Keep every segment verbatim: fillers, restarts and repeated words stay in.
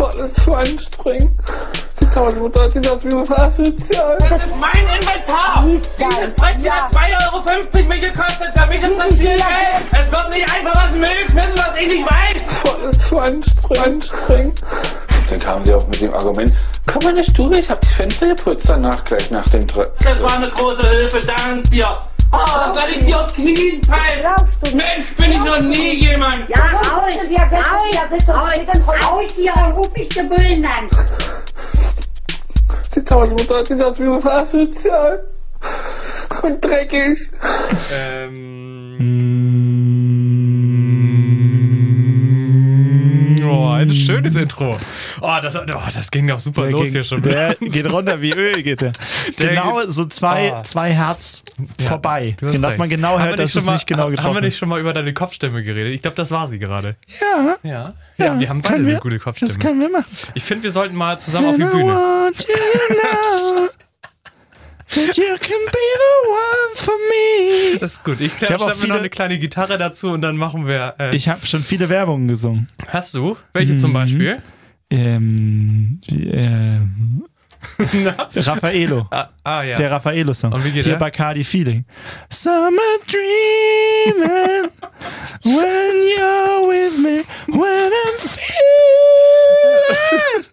Volles zu anstrengend. Die Tausendmutter hat gesagt, wir sind asozial. Das ist mein Inventar! Dieses Dreck hier hat zwei Euro fünfzig mich gekostet, für mich ist das viel Geld! Es wird nicht einfach aus dem Müll geschmissen, was ich nicht weiß! Volles zu anstrengend. Dann kamen sie auch mit dem Argument, komm mal nicht durch, ich hab die Fenster geputzt danach, gleich nach dem Treffen. Das war eine große Hilfe, dank dir! Oh, soll ich dir auf Knien fallen? Mensch, bin ich noch nie jemand! Ja, raus! Ja, raus! Raus hier und ruf mich zu Bullen an! Die Tausendmutter hat gesagt, wir sind asozial und dreckig. Ähm. Oh, ein schönes Intro. Oh, das, oh, das ging doch super der los ging, hier schon. Der geht runter wie Öl, geht der. der genau geht, so zwei, oh. zwei Herz ja, vorbei. Dass man genau hört, dass es nicht genau getroffen ist. Haben wir nicht schon mal über deine Kopfstimme geredet? Ich glaube, das war sie gerade. Ja. Ja. Ja, ja, wir haben beide wir, eine gute Kopfstimme. Das können wir machen. Ich finde, wir sollten mal zusammen auf die Bühne. That you can be the one for me. Das ist gut. Ich klatsche dann noch eine kleine Gitarre dazu und dann machen wir... Äh ich habe schon viele Werbungen gesungen. Hast du? Welche mhm. zum Beispiel? Ähm... ähm Raffaello. Ah, ah, ja. Der Raffaello-Song. Und wie geht Hier der? Bacardi Feeling. Summer dreaming when you're with me, when I'm feeling.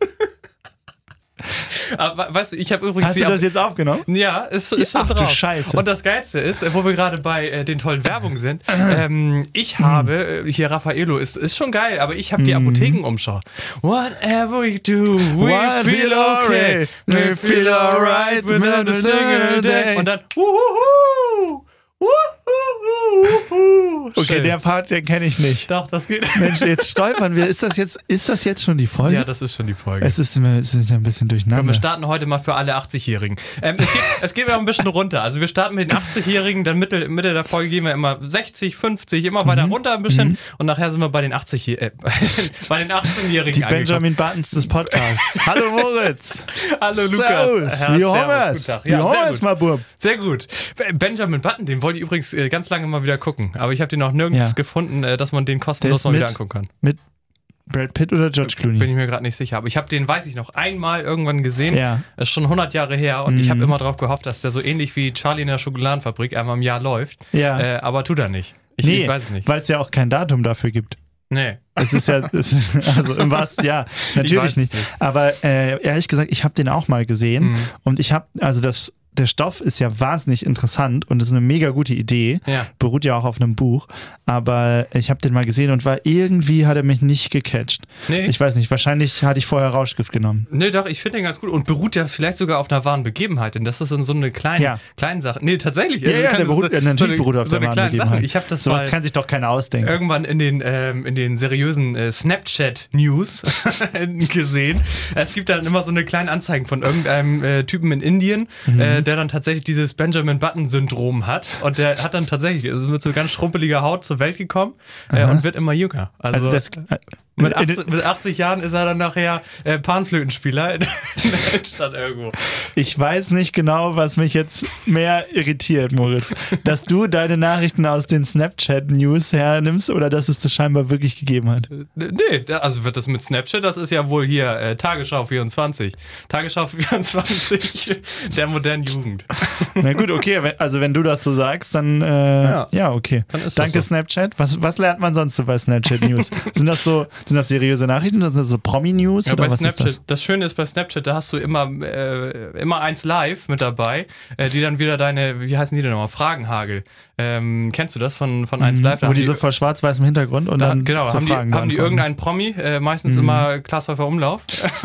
Aber, weißt du, ich habe übrigens... Hast du das jetzt aufgenommen? Ja, ist, ist schon Ach, drauf. Du Scheiße. Und das Geilste ist, wo wir gerade bei äh, den tollen Werbungen sind, ähm, ich habe, äh, hier Raffaello, ist, ist schon geil, aber ich habe die Apothekenumschau. Whatever we do, we What feel okay, we feel alright without a single day. Und dann, wuhuhu, wuhuhu. Okay, schön. Der Part, den kenne ich nicht. Doch, das geht. Mensch, jetzt stolpern wir. Ist das jetzt, ist das jetzt schon die Folge? Ja, das ist schon die Folge. Es ist, es ist ein bisschen durcheinander. Komm, wir starten heute mal für alle achtzigjährigen. Ähm, es geht, es geht wieder ein bisschen runter. Also wir starten mit den achtzigjährigen, dann Mitte, Mitte der Folge gehen wir immer sechzig, fünfzig, immer weiter mhm. runter ein bisschen. Mhm. Und nachher sind wir bei den achtzig, äh, bei den achtzehnjährigen Die Benjamin Buttons des Podcasts. Hallo Moritz. Hallo Lukas. Servus. Wie haben wir es? Wie haben wir es mal, Bub? Sehr gut. Benjamin Button, den wollte ich übrigens ganz lange mal wieder gucken. Aber ich habe den noch nirgends ja. gefunden, dass man den kostenlos mal wieder angucken kann. Mit Brad Pitt oder George Clooney? Bin ich mir gerade nicht sicher. Aber ich habe den, weiß ich noch, einmal irgendwann gesehen. Ja. Das ist schon hundert Jahre her. Und mhm. ich habe immer darauf gehofft, dass der so ähnlich wie Charlie in der Schokoladenfabrik einmal im Jahr läuft. Ja. Äh, aber tut er nicht. Ich, nee, ich weiß es nicht. Weil es ja auch kein Datum dafür gibt. Nee. Es ist ja, es ist, also im wahrsten, ja, natürlich nicht. nicht. Aber äh, ehrlich gesagt, ich habe den auch mal gesehen. Mhm. Und ich habe, also das der Stoff ist ja wahnsinnig interessant und ist eine mega gute Idee. Ja. Beruht ja auch auf einem Buch. Aber ich habe den mal gesehen und war irgendwie hat er mich nicht gecatcht. Nee. Ich weiß nicht, wahrscheinlich hatte ich vorher Rauschgift genommen. Nee, doch, ich finde den ganz gut und beruht ja vielleicht sogar auf einer wahren Begebenheit, denn das ist in so eine kleine, ja. kleine Sache. Nee, tatsächlich. Ja, also ja, der beruht, so, natürlich so beruht auf so der wahren Begebenheit. Ich das so was kann sich doch keiner ausdenken. Irgendwann in den, ähm, in den seriösen äh, Snapchat-News gesehen. Es gibt dann immer so eine kleine Anzeige von irgendeinem äh, Typen in Indien, mhm. äh, der dann tatsächlich dieses Benjamin Button-Syndrom hat und der hat dann tatsächlich, ist mit so ganz schrumpeliger Haut zur Welt gekommen äh, und wird immer jünger. Also, also das, äh, mit, achtzig, mit achtzig Jahren ist er dann nachher äh, Panflötenspieler in, in der Altstadt irgendwo. Ich weiß nicht genau, was mich jetzt mehr irritiert, Moritz. Dass du deine Nachrichten aus den Snapchat-News hernimmst oder dass es das scheinbar wirklich gegeben hat? Nee, also wird das mit Snapchat, das ist ja wohl hier äh, Tagesschau vierundzwanzig. Tagesschau vierundzwanzig der modernen Jugend. Na gut, okay, also wenn du das so sagst, dann äh, ja. ja, okay. Dann ist Danke das so. Snapchat. Was, was lernt man sonst so bei Snapchat-News? Sind das so Sind das seriöse Nachrichten? Sind das so Promi-News? Ja, oder bei was Snapchat, ist das? Das Schöne ist bei Snapchat, da hast du immer, äh, immer eins live mit dabei, äh, die dann wieder deine, wie heißen die denn nochmal? Fragenhagel. Ähm, kennst du das von, von eins live? Wo die so vor schwarz-weißem Hintergrund und da, dann genau, so haben Fragen die, haben die irgendeinen Promi, äh, meistens mhm. immer Glashäufer Umlauf.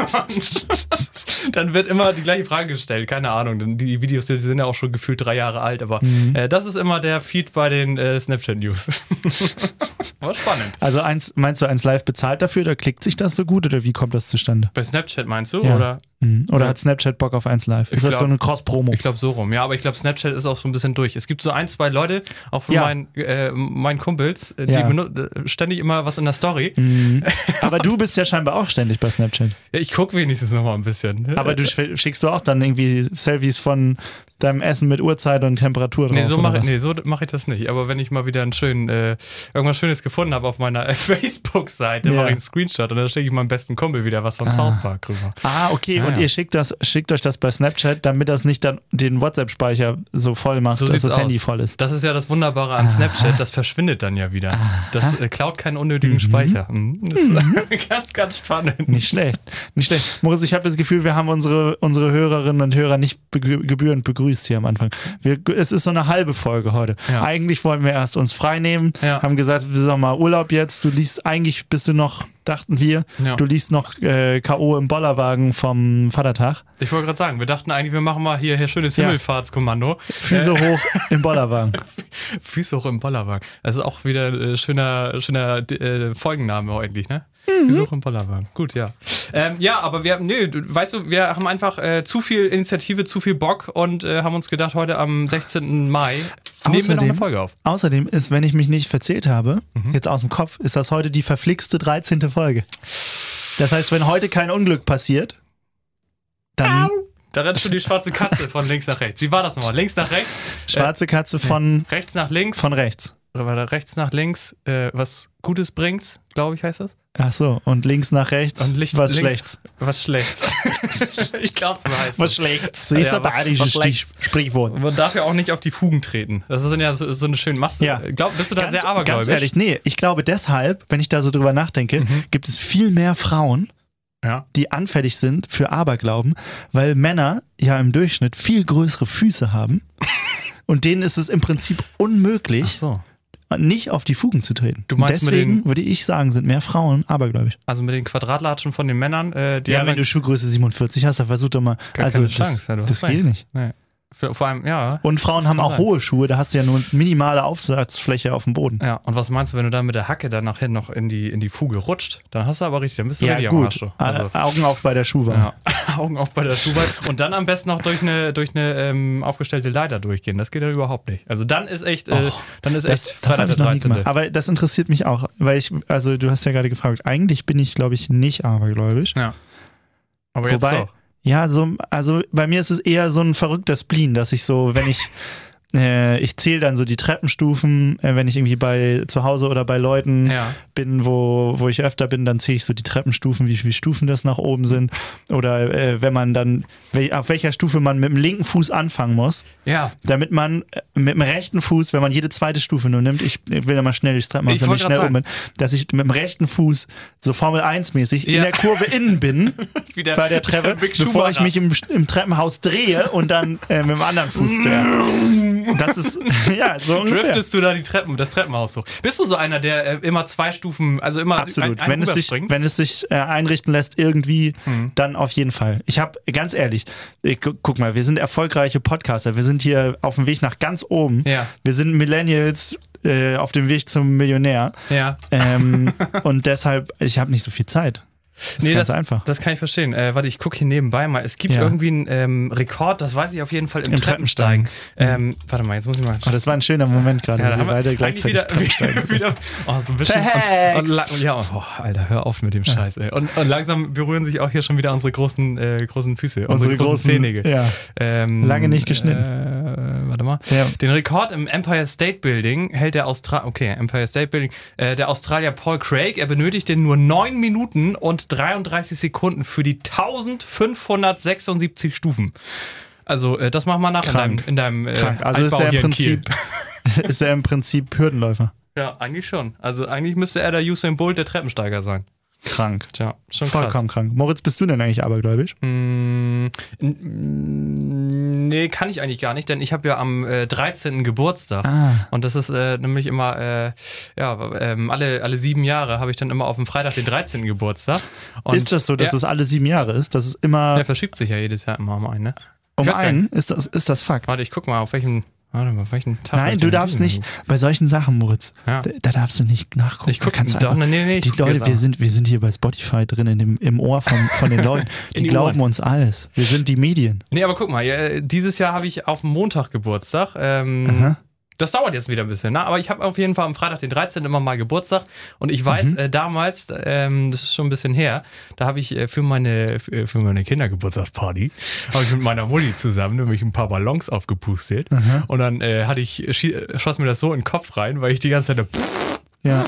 Und dann wird immer die gleiche Frage gestellt, keine Ahnung. Denn die Videos die sind ja auch schon gefühlt drei Jahre alt, aber mhm. äh, das ist immer der Feed bei den äh, Snapchat-News. War spannend. Also eins, meinst du, eins live bezahlt dafür oder klickt sich das so gut oder wie kommt das zustande? Bei Snapchat meinst du? Ja. Oder? Mhm. Oder hat Snapchat Bock auf eins live? Ist ich das glaub, so eine Cross-Promo? Ich glaube so rum, ja, aber ich glaube Snapchat ist auch so ein bisschen durch. Es gibt so ein, zwei Leute, auch von ja. meinen, äh, meinen Kumpels, die ja. benutzen ständig immer was in der Story. Mhm. Aber du bist ja scheinbar auch ständig bei Snapchat. Ja, ich gucke wenigstens noch mal ein bisschen. Aber du schickst du auch dann irgendwie Selfies von deinem Essen mit Uhrzeit und Temperatur drauf. Nee, so mache was? nee, so mach ich das nicht. Aber wenn ich mal wieder einen schönen, äh, irgendwas Schönes gefunden habe auf meiner äh, Facebook-Seite, Ja. mache ich einen Screenshot und dann schicke ich meinem besten Kumpel wieder was von Ah. South Park rüber. Ah, okay. Ah, und ja. ihr schickt das, schickt euch das bei Snapchat, damit das nicht dann den WhatsApp-Speicher so voll macht, So dass sieht's das aus. Handy voll ist. Das ist ja das Wunderbare an Snapchat, das verschwindet dann ja wieder. Das äh, klaut keinen unnötigen Speicher. Mhm. Das ist ganz, ganz spannend. Nicht schlecht. Nicht schlecht. Moritz, ich habe das Gefühl, wir haben unsere, unsere Hörerinnen und Hörer nicht begü- gebührend begrüßt hier am Anfang. Wir, es ist so eine halbe Folge heute. Ja. Eigentlich wollten wir erst uns frei nehmen, Ja. haben gesagt, wir sind mal Urlaub jetzt. Du liest, eigentlich bist du noch, dachten wir, Ja. du liest noch äh, K O im Bollerwagen vom Vatertag. Ich wollte gerade sagen, wir dachten eigentlich, wir machen mal hier, hier schönes Ja. Himmelfahrtskommando. Füße Äh, hoch im Bollerwagen. Füße hoch im Bollerwagen. Das ist auch wieder ein äh, schöner, schöner äh, Folgenname eigentlich, ne? Mhm. Füße hoch im Bollerwagen. Gut, ja. Ähm, ja, aber wir, nö, du, weißt du, wir haben einfach äh, zu viel Initiative, zu viel Bock und äh, haben uns gedacht, heute am sechzehnten Mai nehmen wir noch eine Folge auf. Außerdem ist, wenn ich mich nicht verzählt habe, Mhm. jetzt aus dem Kopf, ist das heute die verflixte dreizehnte Folge. Das heißt, wenn heute kein Unglück passiert, dann Da rennst du die schwarze Katze von links nach rechts. Wie war das nochmal? Links nach rechts? schwarze Katze von, Äh, rechts nach links? von rechts. Oder rechts nach links, äh, was Gutes bringt's, glaube ich, heißt das. Ach so, und links nach rechts, Und Licht- was links- Schlechts. Was Schlechts. ich glaube, so heißt Was das. Schlechts. Ja, Ist ein was- bayerisches was Schlechts. Stich- Sprichwort. Man darf ja auch nicht auf die Fugen treten. Das sind ja so, so eine schöne Masse. Ja. Glaub, bist du da Ganz, sehr abergläubisch? ganz ehrlich, nee, ich glaube deshalb, wenn ich da so drüber nachdenke, Mhm. gibt es viel mehr Frauen, Ja. die anfällig sind für Aberglauben, weil Männer ja im Durchschnitt viel größere Füße haben und denen ist es im Prinzip unmöglich, Ach so. nicht auf die Fugen zu treten. Du meinst und mit deswegen den- würde ich sagen, sind mehr Frauen abergläubig. Also mit den Quadratlatschen von den Männern, äh, die Ja, haben wenn du Schuhgröße siebenundvierzig hast, dann versuch doch mal. Gar also keine das, Chance, ja, du hast das geht recht. nicht. Nee. Für, vor allem, ja. Und Frauen Das haben kann auch sein. hohe Schuhe, da hast du ja nur minimale Aufsatzfläche auf dem Boden. Ja, und was meinst du, wenn du dann mit der Hacke dann nachher noch in die, in die Fuge rutscht? Dann hast du aber richtig, dann bist du Ja, richtig am Arsch. gut. so. Also, Äh, Augen auf bei der Schuhwahl. ja. Augen auf bei der Schuhwahl. Und dann am besten noch durch eine, durch eine ähm, aufgestellte Leiter durchgehen. Das geht ja überhaupt nicht. Also dann ist echt, äh, Och, dann ist Das, echt das habe ich noch nie dreizehnte gemacht. Aber das interessiert mich auch, weil ich, also du hast ja gerade gefragt, eigentlich bin ich, glaube ich, nicht abergläubisch. Ja. Aber Wobei- jetzt doch. Ja, so, also bei mir ist es eher so ein verrückter Spleen, dass ich so, wenn ich, äh, ich zähle dann so die Treppenstufen, äh, wenn ich irgendwie bei zu Hause oder bei Leuten Ja. bin, wo, wo ich öfter bin, dann zähle ich so die Treppenstufen, wie viele Stufen das nach oben sind. Oder äh, wenn man dann, wel- auf welcher Stufe man mit dem linken Fuß anfangen muss, Ja. damit man äh, mit dem rechten Fuß, wenn man jede zweite Stufe nur nimmt, ich will ja mal schnell durchs Treppenhaus, Ich damit ich wollte schnell grad oben bin, dass ich mit dem rechten Fuß so Formel eins mäßig in Ja. der Kurve innen bin, Wie der, bei der Treppe, Big bevor ich Schumacher. mich im, im Treppenhaus drehe und dann äh, mit dem anderen Fuß zuerst. Das ist, ja, so ungefähr. Driftest du da die Treppen, das Treppenhaus hoch? Bist du so einer, der äh, immer zwei Stufen, also immer Absolut. ein, ein wenn, es sich, rüberspringt? wenn es sich äh, einrichten lässt, irgendwie, Mhm. dann auf jeden Fall. Ich habe, ganz ehrlich, ich, gu- guck mal, wir sind erfolgreiche Podcaster. Wir sind hier auf dem Weg nach ganz oben. Ja. Wir sind Millennials äh, auf dem Weg zum Millionär. Ja. Ähm, und deshalb, ich habe nicht so viel Zeit. Das ist Nee, ganz das, einfach. das kann ich verstehen. Äh, warte, ich gucke hier nebenbei mal. Es gibt Ja. irgendwie einen ähm, Rekord, das weiß ich auf jeden Fall, im, Im Treppensteigen. Treppensteigen. Ähm, warte mal, jetzt muss ich mal. Oh, das war ein schöner Moment gerade, Ja, da wo haben wir wir beide eigentlich gleichzeitig Treppen wieder, steigen. wieder, oh, so ein bisschen. Verhext. Und, und, la- ja, oh, Alter, hör auf mit dem Scheiß, ey. Und, und langsam berühren sich auch hier schon wieder unsere großen, äh, großen Füße, unsere, Unsere großen, großen Zehennägel. Ja. Ähm, Lange nicht geschnitten. Äh, warte mal. Ja. Den Rekord im Empire State Building hält der Australier, okay, Empire State Building, äh, der Australier Paul Craig. Er benötigte nur neun Minuten und dreiunddreißig Sekunden für die eintausendfünfhundertsechsundsiebzig Stufen. Also, äh, das mach mal nach Krank. in deinem, in deinem äh, Krank. Also ist Altbau er im hier in Kiel. Prinzip, ist er im Prinzip Hürdenläufer. Ja, eigentlich schon. Also eigentlich müsste er der Usain Bolt der Treppensteiger sein. Krank. Tja, schon Vollkommen krass. krank. Moritz, bist du denn eigentlich abergläubisch? Mm, n- nee, kann ich eigentlich gar nicht, denn ich habe ja am äh, dreizehnten Geburtstag. Ah. Und das ist äh, nämlich immer, äh, ja, ähm, alle, alle sieben Jahre habe ich dann immer auf dem Freitag den dreizehnten Geburtstag. Und Ist das so, dass ja, es alle sieben Jahre ist? Dass es immer der verschiebt sich ja jedes Jahr immer um einen, ne? um ich weiß gar einen? Ist das, ist das Fakt? Warte, ich guck mal, auf welchen, warte mal, auf welchen Tag. Nein, ich du denn darfst diesen nicht, habe. bei solchen Sachen, Moritz, Ja. da, da darfst du nicht nachgucken. Ich guck, Da kannst du doch, einfach, nee, nee, ich die guck Leute, jetzt wir auch. sind, wir sind hier bei Spotify drin, in dem, im Ohr von, von den Leuten. Die, die glauben Ohren. uns alles. Wir sind die Medien. Nee, aber guck mal, ja, dieses Jahr habe ich auf dem Montag Geburtstag. Ähm, Aha. Das dauert jetzt wieder ein bisschen, ne? Aber ich habe auf jeden Fall am Freitag, den dreizehnten immer mal Geburtstag und ich weiß, mhm. äh, damals, ähm, das ist schon ein bisschen her, da habe ich äh, für meine für meine Kindergeburtstagsparty, habe ich mit meiner Mutti zusammen nämlich ein paar Ballons aufgepustet mhm. und dann äh, hatte ich, schoss mir das so in den Kopf rein, weil ich die ganze Zeit ja.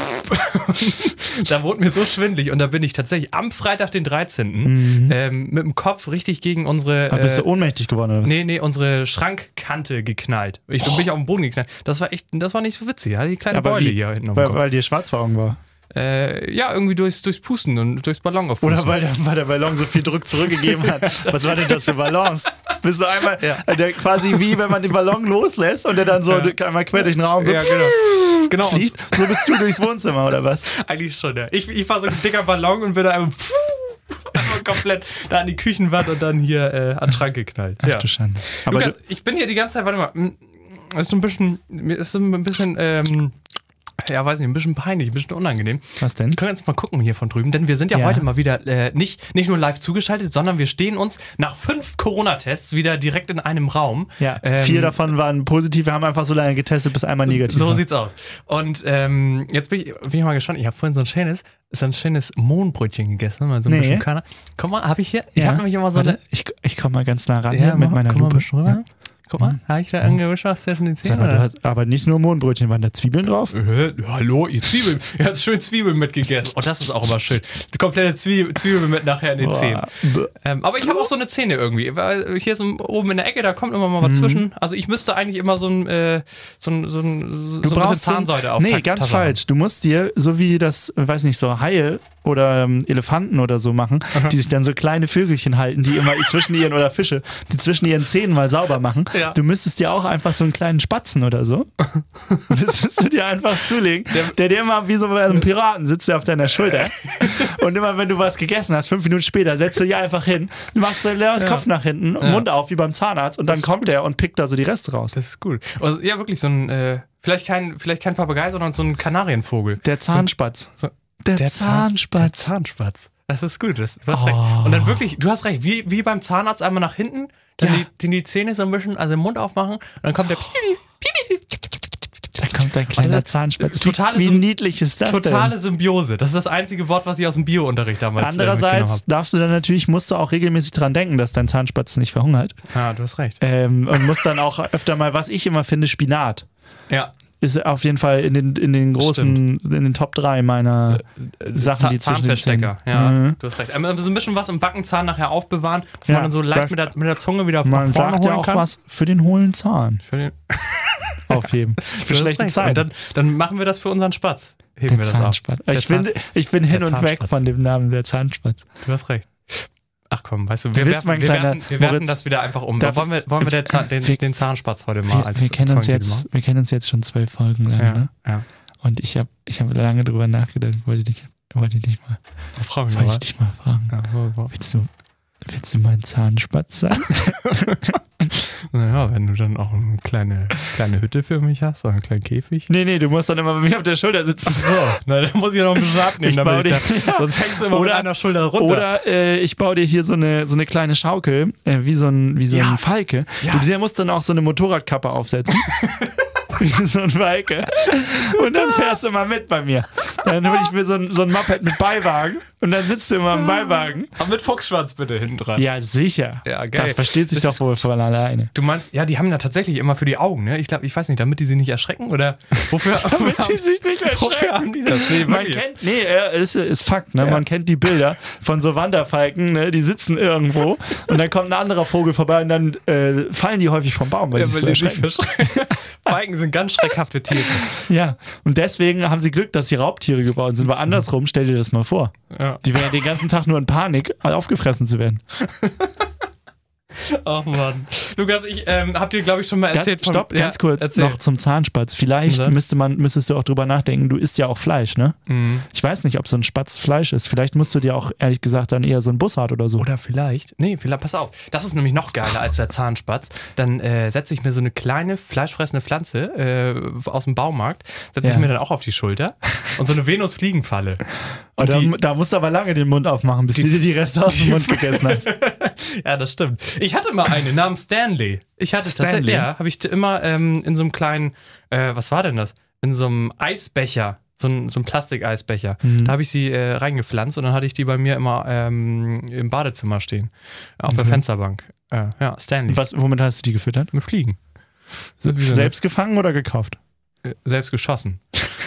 Da wurde mir so schwindelig und da bin ich tatsächlich am Freitag, den dreizehnten Mhm. Ähm, mit dem Kopf richtig gegen unsere... Aber bist du ohnmächtig geworden oder was? Nee, nee, unsere Schrankkante geknallt. Ich bin, oh. bin ich auf den Boden geknallt. Das war echt, das war nicht so witzig. Ja? Die kleine aber Beule wie? hier hinten. Weil, weil dir schwarz vor Augen war? Äh, ja, irgendwie durchs, durchs Pusten und durchs Ballon aufpusten. Oder weil der, weil der Ballon so viel Druck zurückgegeben hat. Was war denn das für Ballons? Bist du einmal, ja. der, quasi wie wenn man den Ballon loslässt und der dann so ja. einmal quer durch den Raum so ja, genau. Genau. fliegt. So bist du durchs Wohnzimmer, oder was? Eigentlich schon, ja. Ich, ich war so ein dicker Ballon und bin da einfach, einfach komplett da an die Küchenwand und dann hier äh, an den Schrank geknallt. Ach ja. du Schande. Aber Lukas, du, ich bin hier die ganze Zeit, warte mal, ist so ein bisschen, mir ist so ein bisschen, ähm, ja, weiß nicht, ein bisschen peinlich, ein bisschen unangenehm. Was denn? Wir können jetzt mal gucken hier von drüben, denn wir sind ja, ja. heute mal wieder äh, nicht, nicht nur live zugeschaltet, sondern wir stehen uns nach fünf Corona-Tests wieder direkt in einem Raum. Ja, ähm, vier davon waren positiv, wir haben einfach so lange getestet, bis einmal negativ So war. sieht's aus. Und ähm, jetzt bin ich, bin ich mal gespannt, ich habe vorhin so ein schönes, so ein schönes Mohnbrötchen gegessen, mal so ein nee. bisschen Körner. Guck mal, habe ich hier, ich ja. habe nämlich immer so Warte, eine... Ich, ich komme mal ganz nah ran ja, hier mit meiner Lupe. Ja. Guck mal, habe ich da angewischt, hast du ja schon die Zähne? Mal, du hast aber nicht nur Mohnbrötchen, waren da Zwiebeln drauf? Äh, hallo, ihr Zwiebeln. Ihr habt schön Zwiebeln mitgegessen. Oh, das ist auch immer schön. Die komplette Zwie Zwiebel mit nachher in den Boah. Zähnen. Ähm, aber ich habe auch so eine Zähne irgendwie. Weil hier so oben in der Ecke, da kommt immer mal was mhm. zwischen. Also ich müsste eigentlich immer so ein, äh, so ein, so ein, du so ein bisschen Zahnseide auf. Nee, ganz falsch. Haben. Du musst dir, so wie das, weiß nicht, so Haie oder ähm, Elefanten oder so machen, Aha. die sich dann so kleine Vögelchen halten, die immer zwischen ihren, oder Fische, die zwischen ihren Zähnen mal sauber machen. Ja. Du müsstest dir auch einfach so einen kleinen Spatzen oder so, müsstest du dir einfach zulegen, der, der dir immer wie so bei einem Piraten sitzt, der auf deiner Schulter und immer wenn du was gegessen hast, fünf Minuten später, setzt du dich einfach hin, machst den ja. Kopf nach hinten, ja. Mund auf, wie beim Zahnarzt und dann kommt gut. der und pickt da so die Reste raus. Das ist gut. Also, ja, wirklich so ein, äh, vielleicht kein, vielleicht kein Papagei, sondern so ein Kanarienvogel. Der Zahnspatz. So, so, Der, der Zahnspatz. Der Zahnspatz. Das ist gut, das, du hast oh. recht. Und dann wirklich, du hast recht, wie, wie beim Zahnarzt einmal nach hinten, dann ja. die, die Zähne so ein bisschen, also den Mund aufmachen und dann kommt der Piep, Piep, Piep. Da kommt ein kleiner Zahnspatz. Totale, wie niedlich ist das Totale denn? Symbiose. Das ist das einzige Wort, was ich aus dem Bio-Unterricht damals Andererseits äh, darfst du dann natürlich, musst du auch regelmäßig dran denken, dass dein Zahnspatz nicht verhungert. Ja, du hast recht. Ähm, und musst dann auch öfter mal, was ich immer finde, Spinat. Ja. Ist auf jeden Fall in den, in den großen, Stimmt. in den Top drei meiner äh, Sachen, die zwischen den Zähnen. Ja, mhm. du hast recht. Aber so ein bisschen was im Backenzahn nachher aufbewahren, dass ja, man dann so leicht mit der, mit der Zunge wieder man nach vorne sagt holen ja auch kann. Was für den hohlen Zahn. Für den Aufheben. Für schlechte Zeiten. Dann, dann machen wir das für unseren Spatz. Heben der wir das Zahnspatz. auf. Ich, bin, ich bin hin und weg von dem Namen der Zahnspatz. Du hast recht. Ach komm, weißt du, wir, du werfen, wir, werfen, wir werfen das wieder einfach um. Wollen wir, wollen wir der Zahn, den, wir, den Zahnspatz heute mal wir, als wir kennen uns jetzt, Wir kennen uns jetzt schon zwölf Folgen lang, ja, ne? Ja. Und ich habe ich hab lange drüber nachgedacht, wollte dich, wollte dich mal, Frag mich wollte mal ich dich mal fragen. Ja, wo, wo. Willst du, willst du mein Zahnspatz sein? Naja, wenn du dann auch eine kleine, kleine Hütte für mich hast, oder einen kleinen Käfig. Nee, nee, du musst dann immer bei mir auf der Schulter sitzen. So, na, dann muss ich ja noch ein bisschen abnehmen, damit ich da, ja. sonst hängst du immer oder, mit einer Schulter runter. Oder äh, ich baue dir hier so eine, so eine kleine Schaukel, äh, wie so ein, wie so ja. ein Falke. Ja. Du der musst dann auch so eine Motorradkappe aufsetzen. Wie so ein Falke. Und dann fährst du mal mit bei mir. Dann hol ich mir so ein, so ein Moped mit Beiwagen und dann sitzt du immer im Beiwagen. Aber mit Fuchsschwanz bitte hinten dran. Ja, sicher. Ja, geil. Das versteht sich das doch wohl von alleine. Du meinst, ja, die haben da tatsächlich immer für die Augen, ne? Ich glaube, ich weiß nicht, damit die sie nicht erschrecken oder wofür? damit die sich nicht erschrecken. Wofür haben die das? Nee, man kennt, nee, ist, ist Fakt, ne? Ja. Man kennt die Bilder von so Wanderfalken, ne? Die sitzen irgendwo und dann kommt ein anderer Vogel vorbei und dann äh, fallen die häufig vom Baum, weil ja, die so erschrecken. Falken sind ganz schreckhafte Tiere. Ja, und deswegen haben sie Glück, dass sie Raubtiere geworden sind, weil andersrum, stell dir das mal vor. Ja. Die wären ja den ganzen Tag nur in Panik, aufgefressen zu werden. Oh Mann. Lukas, ich ähm, hab dir, glaube ich, schon mal erzählt. Das, stopp, von, ganz ja, kurz erzähl. noch zum Zahnspatz. Vielleicht ja. müsste man, müsstest du auch drüber nachdenken, du isst ja auch Fleisch, ne? Mhm. Ich weiß nicht, ob so ein Spatz Fleisch ist. Vielleicht musst du dir auch, ehrlich gesagt, dann eher so ein Bussard oder so. Oder vielleicht, nee, vielleicht, pass auf. Das ist nämlich noch geiler als der Zahnspatz. Dann äh, setze ich mir so eine kleine, fleischfressende Pflanze äh, aus dem Baumarkt, setze ja. ich mir dann auch auf die Schulter und so eine Venus-Fliegenfalle. Und da, die, da musst du aber lange den Mund aufmachen, bis die, du dir die Reste aus dem Mund gegessen hast. Ja, das stimmt. Ich hatte mal eine namens Stanley. Ich hatte Stanley? tatsächlich, ja, habe ich immer ähm, in so einem kleinen, äh, was war denn das? In so einem Eisbecher, so ein, so ein Plastikeisbecher. Mhm. Da habe ich sie äh, reingepflanzt und dann hatte ich die bei mir immer ähm, im Badezimmer stehen. Auf Okay. der Fensterbank. Äh, ja, Stanley. Was, womit hast du die gefüttert? Mit Fliegen. So wie so Selbst gefangen oder gekauft? eine- äh, selbst geschossen.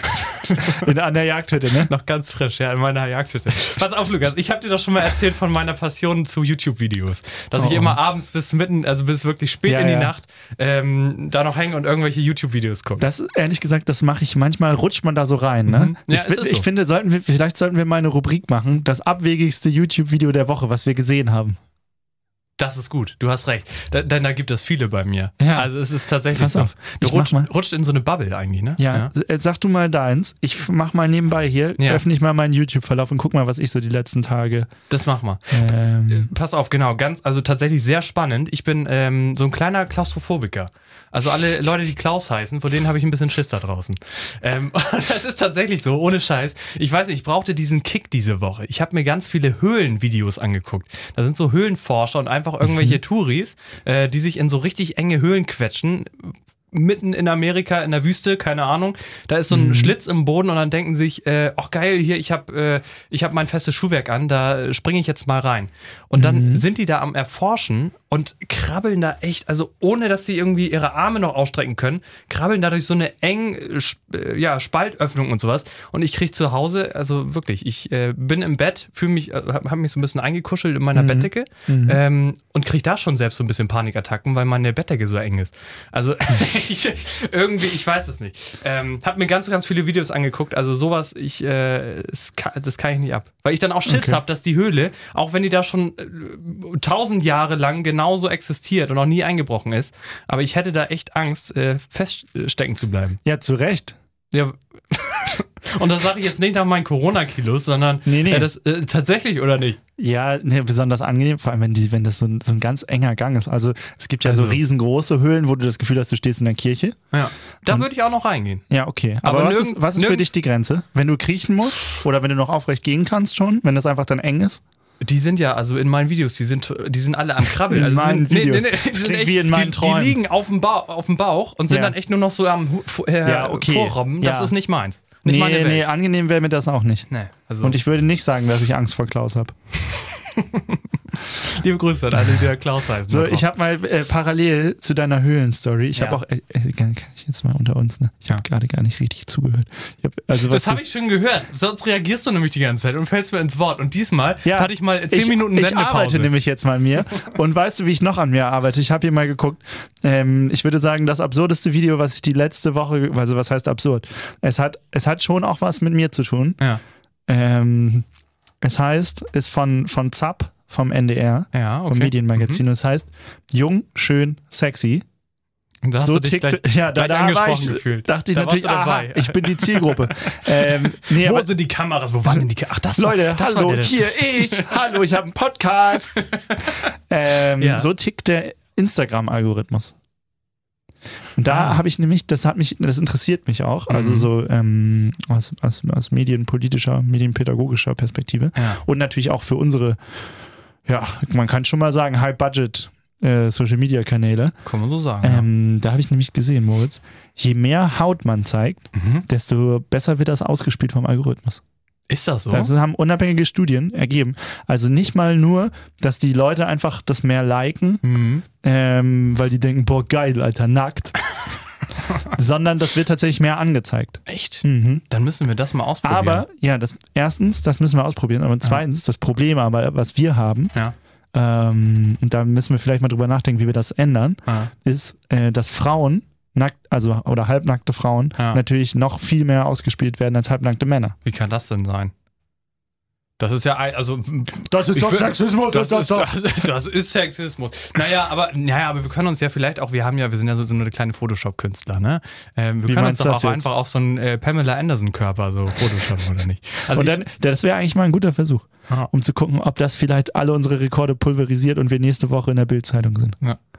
In, an der Jagdhütte, ne? Noch ganz frisch, ja, in meiner Jagdhütte. Pass auf, Lukas, ich habe dir doch schon mal erzählt von meiner Passion zu YouTube-Videos. Dass ich Oh. immer abends bis mitten, also bis wirklich spät Ja, in die ja. Nacht ähm, da noch hänge und irgendwelche YouTube-Videos gucke. Das, ehrlich gesagt, das mache ich, manchmal rutscht man da so rein, ne? Mhm. Ja, ich, es find, ist ich so. finde, sollten wir, vielleicht sollten wir mal eine Rubrik machen, das abwegigste YouTube-Video der Woche, was wir gesehen haben. Das ist gut, du hast recht. Da, denn da gibt es viele bei mir. Ja. Also es ist tatsächlich Pass so. auf, Du ich mach rutscht, mal. rutscht in so eine Bubble eigentlich, ne? Ja, äh, sag du mal deins. Ich mach mal nebenbei hier, Ja. öffne ich mal meinen YouTube-Verlauf und guck mal, was ich so die letzten Tage. Das mach mal. Ähm, Pass auf, genau, ganz, also tatsächlich sehr spannend. Ich bin ähm, so ein kleiner Klaustrophobiker. Also alle Leute, die Klaus heißen, vor denen habe ich ein bisschen Schiss da draußen. Ähm, und das ist tatsächlich so, ohne Scheiß. Ich weiß nicht, ich brauchte diesen Kick diese Woche. Ich habe mir ganz viele Höhlenvideos angeguckt. Da sind so Höhlenforscher und einfach irgendwelche Mhm. Touris, äh, die sich in so richtig enge Höhlen quetschen. Mitten in Amerika, in der Wüste, keine Ahnung. Da ist so ein Mhm. Schlitz im Boden und dann denken sich, äh, ach geil, hier, ich habe äh, ich hab mein festes Schuhwerk an, da springe ich jetzt mal rein. Und dann Mhm. sind die da am Erforschen und krabbeln da echt, also ohne, dass sie irgendwie ihre Arme noch ausstrecken können, krabbeln da durch so eine eng, äh, sp- äh, ja, Spaltöffnung und sowas. Und ich kriege zu Hause, also wirklich, ich äh, bin im Bett, fühle mich, äh, habe hab mich so ein bisschen eingekuschelt in meiner Mhm. Bettdecke Mhm. ähm, und kriege da schon selbst so ein bisschen Panikattacken, weil meine Bettdecke so eng ist. Also ich, irgendwie, ich weiß es nicht. Ähm, hab mir ganz, ganz viele Videos angeguckt, also sowas, ich, äh, das, kann, das kann ich nicht ab. Weil ich dann auch Schiss Okay. habe, dass die Höhle, auch wenn die da schon äh, tausend Jahre lang genauso existiert und noch nie eingebrochen ist, aber ich hätte da echt Angst, äh, feststecken zu bleiben. ja, zu Recht. Ja. Und das sage ich jetzt nicht nach meinen Corona-Kilos, sondern Nee, nee. Äh, das äh, tatsächlich oder nicht? Ja, ne, besonders angenehm, vor allem wenn, die, wenn das so ein, so ein ganz enger Gang ist. Also es gibt ja Also- so riesengroße Höhlen, wo du das Gefühl hast, du stehst in der Kirche. Ja. Da würde ich auch noch reingehen. Ja, okay. Aber, Aber was, nirgend- ist, was ist für nirgend- dich die Grenze? Wenn du kriechen musst oder wenn du noch aufrecht gehen kannst schon, wenn das einfach dann eng ist? Die sind ja, also in meinen Videos, die sind, die sind alle am Krabbeln. In also meinen sind, Videos. die Das sind klingt echt, wie in meinen die, Träumen. Die liegen auf dem, ba auf dem Bauch und sind Ja. dann echt nur noch so am Hu- fu- äh, Ja, okay. Vorrobben. Das Ja. ist nicht meins. Nicht Nee, meine Welt. nee, angenehm wäre mir das auch nicht. Nee, also Und ich würde nicht sagen, dass ich Angst vor Klaus habe. liebe Grüße an alle, die da Klaus heißen. So, da ich drauf. habe mal äh, parallel zu deiner Höhlenstory, ich Ja. habe auch, äh, äh, kann ich jetzt mal unter uns, ne? Ich habe Ja. gerade gar nicht richtig zugehört. Ich hab, also was Das du- habe ich schon gehört. Sonst reagierst du nämlich die ganze Zeit und fällst mir ins Wort. Und diesmal Ja, hatte ich mal zehn ich, Minuten Ich Sendepause. arbeite nämlich jetzt mal an mir. Und weißt du, wie ich noch an mir arbeite? Ich habe hier mal geguckt. Ähm, ich würde sagen, das absurdeste Video, was ich die letzte Woche, also was heißt absurd? Es hat, es hat schon auch was mit mir zu tun. Ja, Ähm, es heißt, ist von, von Zapp, vom N D R, ja, okay. vom Medienmagazin. Mhm. Und es heißt, jung, schön, sexy. Und da hast So du dich tickte, gleich, ja, da, gleich da war angesprochen ich, gefühlt. dachte ich Da warst natürlich, du aha, dabei. ich bin die Zielgruppe. ähm, nee, Wo aber, sind die Kameras? Wo waren denn die Kameras? Ach, das Leute, war, das hallo, war der, hier ich, hallo, ich habe einen Podcast. ähm, Ja. So tickt der Instagram-Algorithmus. Und da Ah. habe ich nämlich, das hat mich, das interessiert mich auch, also Mhm. so ähm, aus, aus, aus medienpolitischer, medienpädagogischer Perspektive Ja. und natürlich auch für unsere, ja, man kann schon mal sagen, High-Budget äh, Social-Media-Kanäle. Kann man so sagen. Ähm, da habe ich nämlich gesehen, Moritz, je mehr Haut man zeigt, ja. Mhm. desto besser wird das ausgespielt vom Algorithmus. Ist das so? Das haben unabhängige Studien ergeben. Also nicht mal nur, dass die Leute einfach das mehr liken, mhm. ähm, weil die denken, boah, geil, Alter, nackt. Sondern das wird tatsächlich mehr angezeigt. Echt? Mhm. Dann müssen wir das mal ausprobieren. Aber, ja, das erstens, das müssen wir ausprobieren. Aber zweitens, das Problem aber, was wir haben, Ja. ähm, und da müssen wir vielleicht mal drüber nachdenken, wie wir das ändern, Ah. ist, äh, dass Frauen, nackt, also oder halbnackte Frauen, Ja. natürlich noch viel mehr ausgespielt werden als halbnackte Männer. Wie kann das denn sein? Das ist ja, ein- also. Das ist ich doch wür- Sexismus, Das, das ist, ist doch- das, das ist Sexismus. Naja, aber, naja, aber wir können uns ja vielleicht auch, wir haben ja, wir sind ja so, so eine kleine Photoshop-Künstler, ne? Ähm, wir Wie können uns meinst doch du auch das jetzt? einfach auf so einen äh, Pamela Anderson-Körper so Photoshoppen, oder nicht? Also Und ich- dann, das wäre eigentlich mal ein guter Versuch, Ah. um zu gucken, ob das vielleicht alle unsere Rekorde pulverisiert und wir nächste Woche in der Bild-Zeitung sind.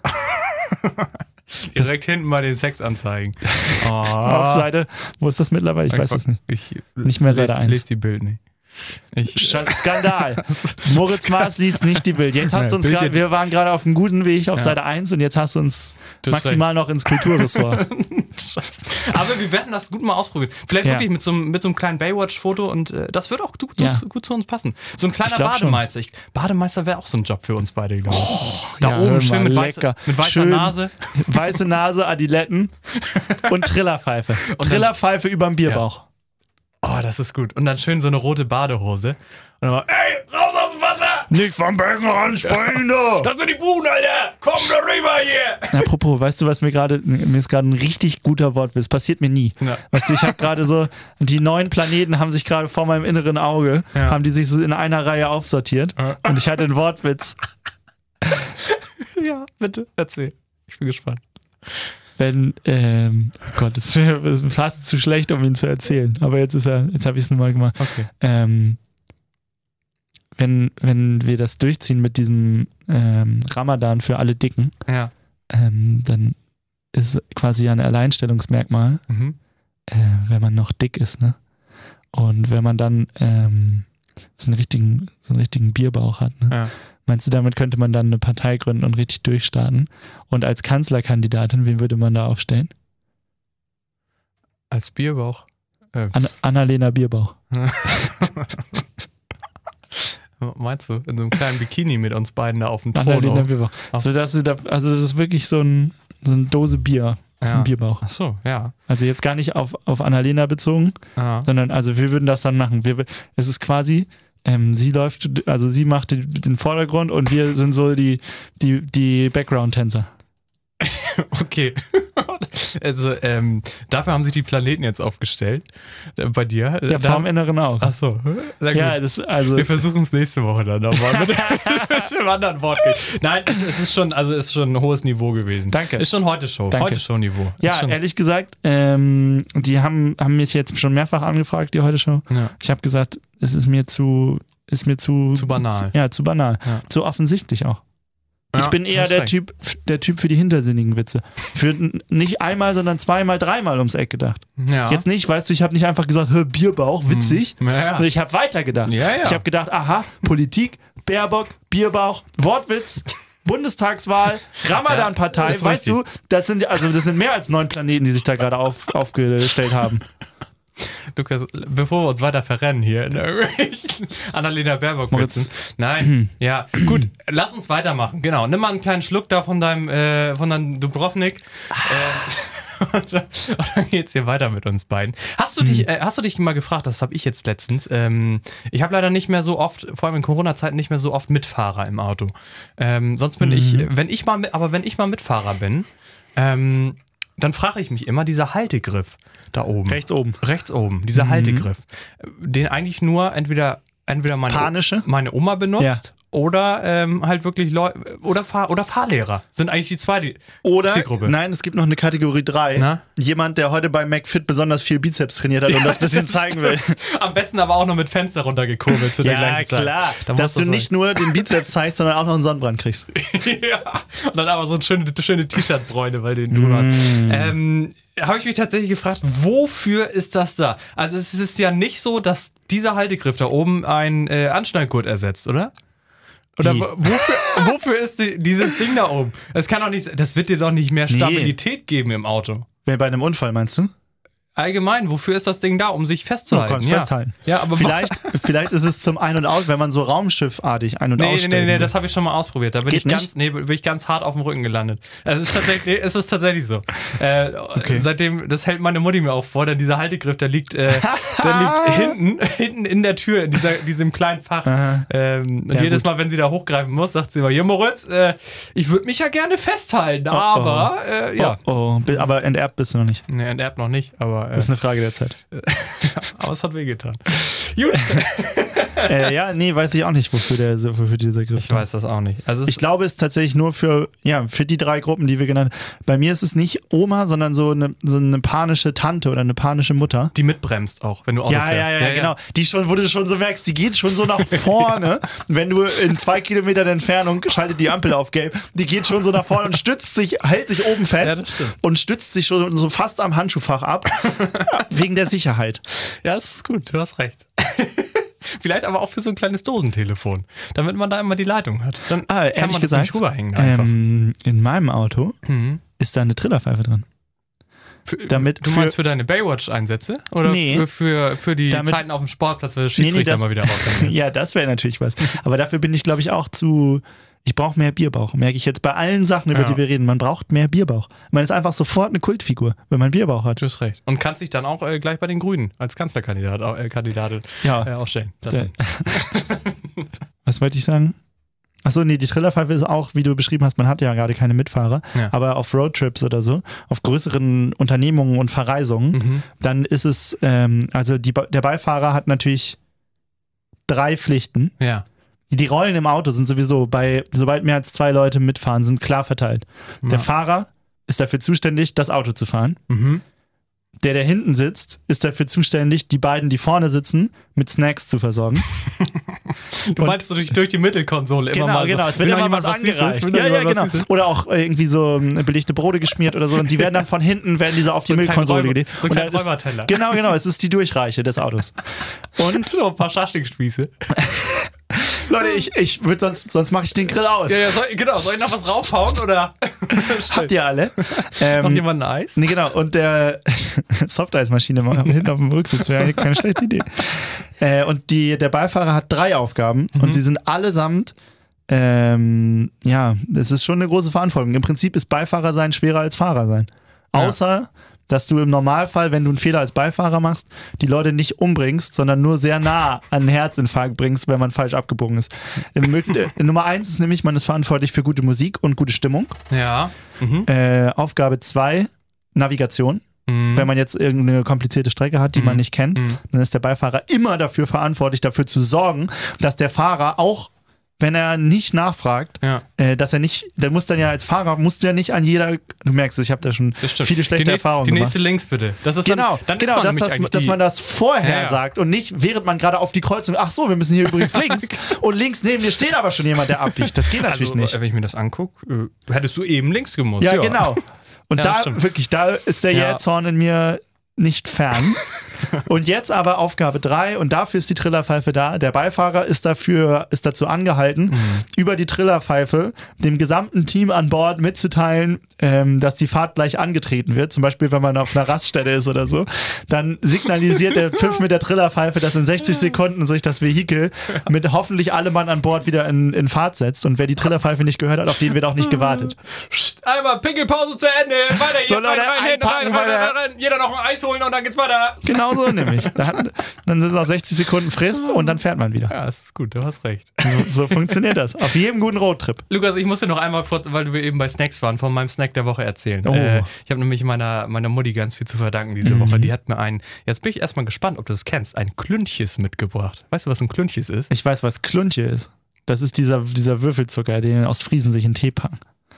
direkt hinten mal den Sex anzeigen. Oh. Auf Seite, wo ist das mittlerweile? Ich weiß es nicht. Ich Nicht mehr Seite lese, eins. lese die Bild nicht. Ich, äh, Skandal. Moritz Maas liest nicht die Bild. Jetzt hast du uns grad, wir waren gerade auf einem guten Weg auf ja. Seite eins und jetzt hast du uns du maximal recht. noch ins Kulturressort. Aber wir werden das gut mal ausprobieren. Vielleicht ja. wirklich mit so, mit so einem kleinen Baywatch-Foto und äh, das wird auch gut, ja. gut, gut zu uns passen. So ein kleiner Bademeister. Ich, Bademeister wäre auch so ein Job für uns beide, glaube ich. Oh, da ja, oben schön mit, weiße, mit weißer schön Nase. Weiße Nase, Adiletten und Trillerpfeife. Und Trillerpfeife überm Bierbauch. Ja. Oh, das ist gut. Und dann schön so eine rote Badehose. Und dann mal, ey, raus aus dem Wasser! Nicht vom Becken ranspringen, du! Das sind die Buhnen, Alter! Komm da rüber hier! Apropos, weißt du, was mir gerade, mir ist gerade ein richtig guter Wortwitz. Passiert mir nie. Ja. Weißt du, ich habe gerade so, die neuen Planeten haben sich gerade vor meinem inneren Auge, ja. haben die sich so in einer Reihe aufsortiert. Ja. Und ich hatte einen Wortwitz. Ja, bitte, erzähl. Ich bin gespannt. Wenn, ähm, oh Gott, das ist fast zu schlecht, um ihn zu erzählen. Aber jetzt ist er, jetzt habe ich es nochmal gemacht. Okay. Ähm, wenn, wenn wir das durchziehen mit diesem ähm, Ramadan für alle Dicken, ja. ähm, dann ist quasi ein Alleinstellungsmerkmal, mhm. äh, wenn man noch dick ist, ne? Und wenn man dann ähm, so einen richtigen, so einen richtigen Bierbauch hat, ne? Ja. Meinst du, damit könnte man dann eine Partei gründen und richtig durchstarten? Und als Kanzlerkandidatin, wen würde man da aufstellen? Als Bierbauch? Äh. An- Annalena Bierbauch. Meinst du? In so einem kleinen Bikini mit uns beiden da auf dem Thron? Annalena Bierbauch. So, dass sie da, also das ist wirklich so, ein, so eine Dose Bier auf ja. dem Bierbauch. Ach so, ja. Also jetzt gar nicht auf, auf Annalena bezogen, ja. sondern also wir würden das dann machen. Wir, es ist quasi... Ähm, sie läuft, also sie macht den, den Vordergrund und wir sind so die, die, die Background-Tänzer. Okay. Also, ähm, dafür haben sich die Planeten jetzt aufgestellt. Äh, bei dir. Ja, vorm Inneren auch. Ach so. Sehr gut. Ja, das, also wir versuchen es nächste Woche dann nochmal mit einem anderen Wort. Nein, es, es ist schon, also es ist schon ein hohes Niveau gewesen. Danke. Ist schon Heute-Show. Heute-Show-Niveau. Ja, ehrlich gesagt, ähm, die haben, haben mich jetzt schon mehrfach angefragt, die Heute-Show. Ja. Ich habe gesagt, es ist mir zu, ist mir zu, zu banal. Ja, zu banal. Ja. Zu offensichtlich auch. Ich ja, bin eher der Typ, der Typ für die hintersinnigen Witze. Für nicht einmal, sondern zweimal, dreimal ums Eck gedacht. Ja. Jetzt nicht, weißt du, ich habe nicht einfach gesagt, hör, Bierbauch, witzig. Hm. Ja, ja. Und ich habe weitergedacht. Ja, ja. Ich habe gedacht, aha, Politik, Baerbock, Bierbauch, Wortwitz, Bundestagswahl, Ramadan-Partei, ja, weißt du, das sind, also das sind mehr als neun Planeten, die sich da gerade auf, aufgestellt haben. Lukas, bevor wir uns weiter verrennen hier in irgendwelchen Annalena Baerbock witzen. Nein, ja, gut, lass uns weitermachen. Genau, nimm mal einen kleinen Schluck da von deinem, äh, von deinem Dubrovnik. Äh, und, dann, und dann geht's hier weiter mit uns beiden. Hast du dich, äh, hast du dich mal gefragt, das habe ich jetzt letztens, ähm, ich habe leider nicht mehr so oft, vor allem in Corona-Zeiten, nicht mehr so oft Mitfahrer im Auto. Ähm, sonst bin mhm. ich, wenn ich mal, aber wenn ich mal Mitfahrer bin, ähm, dann frage ich mich immer, dieser Haltegriff da oben. Rechts oben. Rechts oben, dieser mhm. Haltegriff. Den eigentlich nur entweder, entweder meine, Panische? meine Oma benutzt ja. oder ähm, halt wirklich Leute, oder, Fahr- oder Fahrlehrer. Sind eigentlich die zwei die oder, Zielgruppe. Nein, es gibt noch eine Kategorie drei. Na? Jemand, der heute bei McFit besonders viel Bizeps trainiert hat und ja, das ein bisschen zeigen will. Am besten aber auch noch mit Fenster runtergekurbelt zu der ja, gleichen Zeit. Klar. Da dass du nicht nur den Bizeps zeigst, sondern auch noch einen Sonnenbrand kriegst. Ja. Und dann aber so eine schöne, schöne T-Shirt-Bräune, weil den du mm. hast. Ähm, habe ich mich tatsächlich gefragt, wofür ist das da? Also es ist ja nicht so, dass dieser Haltegriff da oben einen äh, Anschnallgurt ersetzt, oder? Oder w- wofür, wofür ist die, dieses Ding da oben? Es kann doch nicht, das wird dir doch nicht mehr Stabilität nee. geben im Auto. Bei einem Unfall, meinst du? Allgemein, wofür ist das Ding da? Um sich festzuhalten. Du kannst ja. festhalten. Ja, aber vielleicht, vielleicht ist es zum Ein- und Aus, wenn man so raumschiffartig ein- und nee, ausstellt. Nee, nee, nee, das habe ich schon mal ausprobiert. Da bin Geht ich ganz, nee, bin ich ganz hart auf dem Rücken gelandet. Es ist tatsächlich, es ist tatsächlich so. Äh, okay. Seitdem, das hält meine Mutti mir auch vor, denn dieser Haltegriff, der liegt, äh, der liegt hinten, hinten in der Tür, in dieser, diesem kleinen Fach. Ähm, und ja, jedes gut. Mal, wenn sie da hochgreifen muss, sagt sie immer, hier Moritz, äh, ich würde mich ja gerne festhalten, oh, aber oh. Äh, ja. Oh, oh. Aber enterbt bist du noch nicht. Nee, enterbt noch nicht, aber äh, das ist eine Frage der Zeit. Aber es hat wehgetan. Gut. äh, ja, nee, weiß ich auch nicht, wofür, der, wofür dieser Griff ist. Ich weiß das auch nicht. Also ich glaube, es ist tatsächlich nur für, ja, für die drei Gruppen, die wir genannt haben. Bei mir ist es nicht Oma, sondern so eine, so eine panische Tante oder eine panische Mutter. Die mitbremst auch, wenn du Auto ja, fährst. Ja, ja, ja, genau. Die schon, wo du schon so merkst, die geht schon so nach vorne. Wenn du in zwei Kilometern Entfernung schaltet die Ampel auf gelb, die geht schon so nach vorne und stützt sich, hält sich oben fest ja, und stützt sich schon so fast am Handschuhfach ab. Wegen der Sicherheit. Ja, das ist gut, du hast recht. Vielleicht aber auch für so ein kleines Dosentelefon, damit man da immer die Leitung hat. Dann ah, kann ehrlich man gesagt, das nicht rüberhängen einfach. Ähm, in meinem Auto Mhm. ist da eine Trillerpfeife drin. Für, Damit du für- meinst für deine Baywatch-Einsätze? Oder Nee. für, für, für die Damit- Zeiten auf dem Sportplatz, weil der Nee, nee, Schiedsrichter das- mal wieder raushängt? Ja, das wäre natürlich was. Aber dafür bin ich, glaube ich, auch zu... Ich brauche mehr Bierbauch, merke ich jetzt bei allen Sachen, über Ja. die wir reden. Man braucht mehr Bierbauch. Man ist einfach sofort eine Kultfigur, wenn man Bierbauch hat. Du hast recht. Und kannst dich dann auch äh, gleich bei den Grünen als Kanzlerkandidat äh, Kandidatin, Ja. äh, ausstellen. Das Der- Was wollte ich sagen? Achso, nee, die Trillerpfeife ist auch, wie du beschrieben hast, man hat ja gerade keine Mitfahrer, Ja. aber auf Roadtrips oder so, auf größeren Unternehmungen und Verreisungen, Mhm. dann ist es, ähm, also die, Be- der Beifahrer hat natürlich drei Pflichten. Ja. Die Rollen im Auto sind sowieso bei, sobald mehr als zwei Leute mitfahren, sind klar verteilt. Ja. Der Fahrer ist dafür zuständig, das Auto zu fahren. Mhm. Der, der hinten sitzt, ist dafür zuständig, die beiden, die vorne sitzen, mit Snacks zu versorgen. Du meinst du durch, durch die Mittelkonsole immer Genau, mal so, genau. Es wird will noch immer was jemand Süßes? angereicht. Will noch Ja, ja, jemand genau. was Süßes? Oder auch äh, irgendwie so ähm, belegte Brote geschmiert oder so. Und die werden dann von hinten, werden diese auf die So ein kleiner Müllkonsole Räuber- gelegt. so ein Und kleiner dann ist- Räuberteller. Genau, genau. Es ist die Durchreiche des Autos. Und So ein paar Schaschlikspieße. Leute, ich, ich würde sonst, sonst mache ich den Grill aus. Ja, ja, soll, genau. Soll ich noch was raufhauen oder? Habt ihr alle? Noch Ähm, jemand ein Eis? Nee, genau. Und der Softeismaschine mal hinten auf dem Rücksitz wäre eigentlich keine schlechte Idee. Äh, und die, der Beifahrer hat drei Aufgaben Mhm. und sie sind allesamt, ähm, ja, es ist schon eine große Verantwortung. Im Prinzip ist Beifahrer sein schwerer als Fahrer sein. Ja. Außer, dass du im Normalfall, wenn du einen Fehler als Beifahrer machst, die Leute nicht umbringst, sondern nur sehr nah an einen Herzinfarkt bringst, wenn man falsch abgebogen ist. Im Mög- äh, Nummer eins ist nämlich, man ist verantwortlich für gute Musik und gute Stimmung. Ja. Mhm. Äh, Aufgabe zwei, Navigation. Mhm. Wenn man jetzt irgendeine komplizierte Strecke hat, die Mhm. man nicht kennt, Mhm. dann ist der Beifahrer immer dafür verantwortlich, dafür zu sorgen, dass der Fahrer auch, wenn er nicht nachfragt, Ja. äh, dass er nicht, der muss dann ja als Fahrer, muss der nicht an jeder, du merkst es, ich habe da schon Das stimmt. viele schlechte die nächste, Erfahrungen Die gemacht. nächste links bitte. Das ist Genau, dann, dann genau, ist man dass, nämlich das, eigentlich dass die, man das vorher Ja, ja. sagt und nicht, während man gerade auf die Kreuzung, ach so, wir müssen hier übrigens links und links neben dir steht aber schon jemand, der abbiegt. Das geht natürlich also, nicht. wenn ich mir das angucke, äh, hättest du eben links gemusst. Ja, genau. Und Ja, da, stimmt. wirklich, da ist der Ja. Jähzorn in mir nicht fern. Und jetzt aber Aufgabe drei und dafür ist die Trillerpfeife da. Der Beifahrer ist dafür, ist dazu angehalten, Mhm. über die Trillerpfeife dem gesamten Team an Bord mitzuteilen, ähm, dass die Fahrt gleich angetreten wird. Zum Beispiel, wenn man auf einer Raststätte ist oder so. Dann signalisiert der Pfiff mit der Trillerpfeife, dass in sechzig Sekunden sich das Vehikel mit hoffentlich alle Mann an Bord wieder in, in Fahrt setzt. Und wer die Trillerpfeife nicht gehört hat, auf den wird auch nicht gewartet. Psst, einmal Pinkelpause zu Ende. Weiter, So, hier, Leute, rein, rein, einpacken, rein, rein, weiter. rein, rein. Jeder noch ein Eis holen und dann geht's weiter. Genau so nämlich. Da hat, dann sind es noch sechzig Sekunden Frist und dann fährt man wieder. Ja, das ist gut, du hast recht. So, so funktioniert das. Auf jedem guten Roadtrip. Lukas, ich muss dir noch einmal, kurz, weil wir eben bei Snacks waren, von meinem Snack der Woche erzählen. Oh. Äh, ich habe nämlich meiner, meiner Mutti ganz viel zu verdanken diese Mhm. Woche. Die hat mir ein, jetzt bin ich erstmal gespannt, ob du das kennst, ein Klünches mitgebracht. Weißt du, was ein Klünches ist? Ich weiß, was Klunche ist. Das ist dieser, dieser Würfelzucker, den Ostfriesen sich in Tee packen.